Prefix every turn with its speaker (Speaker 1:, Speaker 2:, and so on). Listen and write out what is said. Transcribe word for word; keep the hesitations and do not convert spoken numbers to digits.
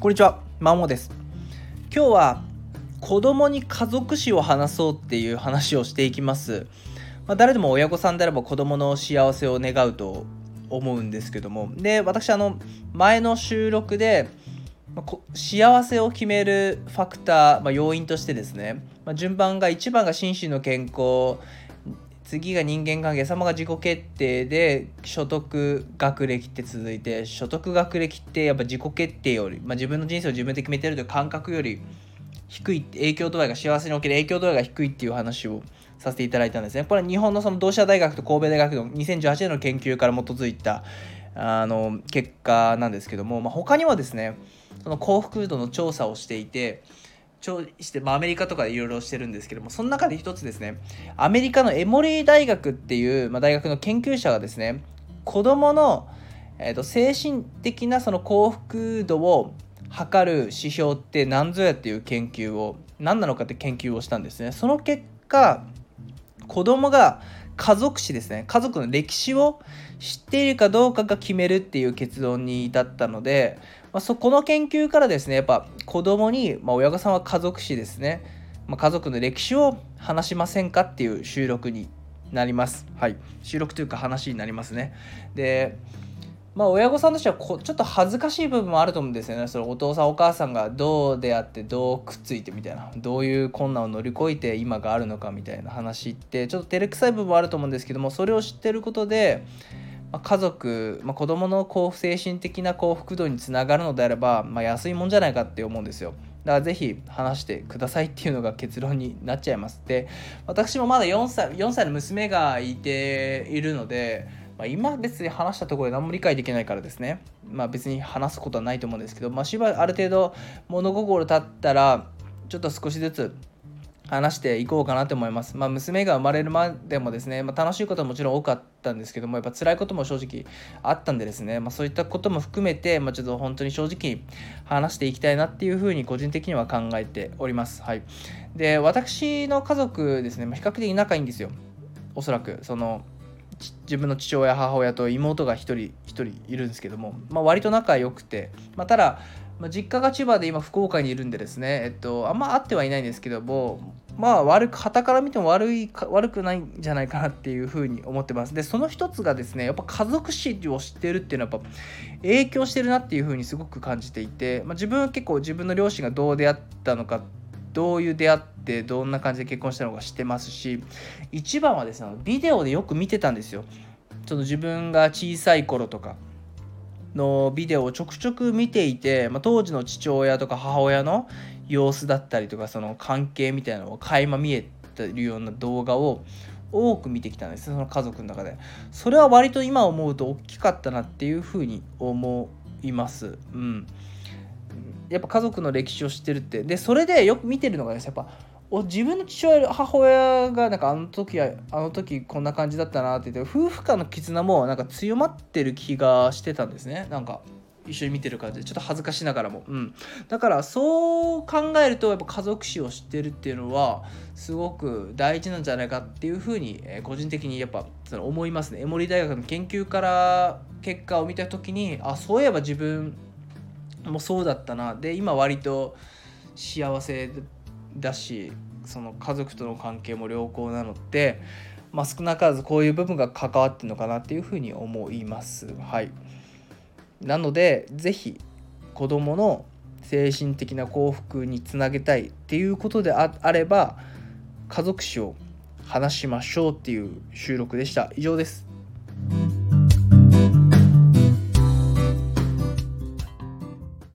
Speaker 1: こんにちは、まもです。今日は子供に家族史を話そうっていう話をしていきます。まあ、誰でも親御さんであれば子供の幸せを願うと思うんですけども、で、私あの前の収録で、まあ、幸せを決めるファクター、まあ、要因としてですね、まあ、順番がいちばんが心身の健康、次が人間関係、さんばんが自己決定で所得学歴って続いて、所得学歴ってやっぱ自己決定より、まあ、自分の人生を自分で決めてるという感覚より低い、影響度合いが幸せにおける影響度合いが低いっていう話をさせていただいたんですね。これは日本のその同志社大学と神戸大学のにせんじゅうはちねんの研究から基づいたあの結果なんですけども、まあ、他にはですね、その幸福度の調査をしていて、して、まあ、アメリカとかでいろいろしてるんですけども、その中で一つですね、アメリカのエモリー大学っていう、まあ、大学の研究者がですね、子どもの、えーと、精神的なその幸福度を測る指標って何ぞやっていう研究を、何なのかって研究をしたんですね。その結果、子どもが家族史ですね、家族の歴史を知っているかどうかが決めるっていう結論に至ったので、まあ、そこの研究からですね、やっぱ子どもに、まあ、親御さんは家族史ですね、まあ、家族の歴史を話しませんかっていう収録になります。はい、収録というか話になりますね。で、まあ、親御さんとしてはこちょっと恥ずかしい部分もあると思うんですよね。そのお父さんお母さんがどうであってどうくっついてみたいな、どういう困難を乗り越えて今があるのかみたいな話ってちょっと照れくさい部分もあると思うんですけども、それを知ってることで、まあ、家族、まあ、子どもの幸福精神的な幸福度につながるのであれば、まあ、安いもんじゃないかって思うんですよ。だからぜひ話してくださいっていうのが結論になっちゃいます。で、私もまだよんさい、よんさいの娘がいているので、まあ、今別に話したところで何も理解できないからですね、まあ、別に話すことはないと思うんですけど、まあ、しばらくある程度物心経ったらちょっと少しずつ話していこうかなと思います。まあ、娘が生まれるまでもですね、まあ、楽しいことはもちろん多かったんですけども、やっぱ辛いことも正直あったんでですね、まあ、そういったことも含めて、まあ、ちょっと本当に正直に話していきたいなっていうふうに個人的には考えております。はい。で、私の家族ですね、まあ、比較的仲いいんですよ。おそらくその自分の父親母親と妹が一人一人いるんですけども、まあ、割と仲良くて、まあ、ただ、まあ、実家が千葉で今福岡にいるんでですね、えっと、あんま会ってはいないんですけども、まあ悪く傍から見ても悪い悪くないんじゃないかなっていうふうに思ってます。で、その一つがですね、やっぱ家族史を知ってるっていうのはやっぱ影響してるなっていうふうにすごく感じていて、まあ、自分は結構自分の両親がどう出会ったのか、どういう出会ってどんな感じで結婚したのか知ってますし、一番はですね、ビデオでよく見てたんですよ。その自分が小さい頃とかのビデオをちょくちょく見ていて、まあ、当時の父親とか母親の様子だったりとか、その関係みたいなのを垣間見えてるような動画を多く見てきたんです、その家族の中で。それは割と今思うと大きかったなっていうふうに思います。うん。やっぱ家族の歴史を知ってるって。で、それでよく見てるのがですね、やっぱお自分の父親母親がなんかあの時はあの時こんな感じだったなって言って、夫婦間の絆もなんか強まってる気がしてたんですね。なんか一緒に見てる感じでちょっと恥ずかしながらも、うん、だからそう考えるとやっぱ家族史を知ってるっていうのはすごく大事なんじゃないかっていうふうに、えー、個人的にやっぱその思いますね。エモリー大学の研究から結果を見た時に、あ、そういえば自分もそうだったな。で、今割と幸せだし、その家族との関係も良好なので、まあ、少なからずこういう部分が関わってるのかなっていうふうに思います。はい。なのでぜひ子どもの精神的な幸福につなげたいっていうことで あ, あれば家族史を話しましょうっていう収録でした。以上です。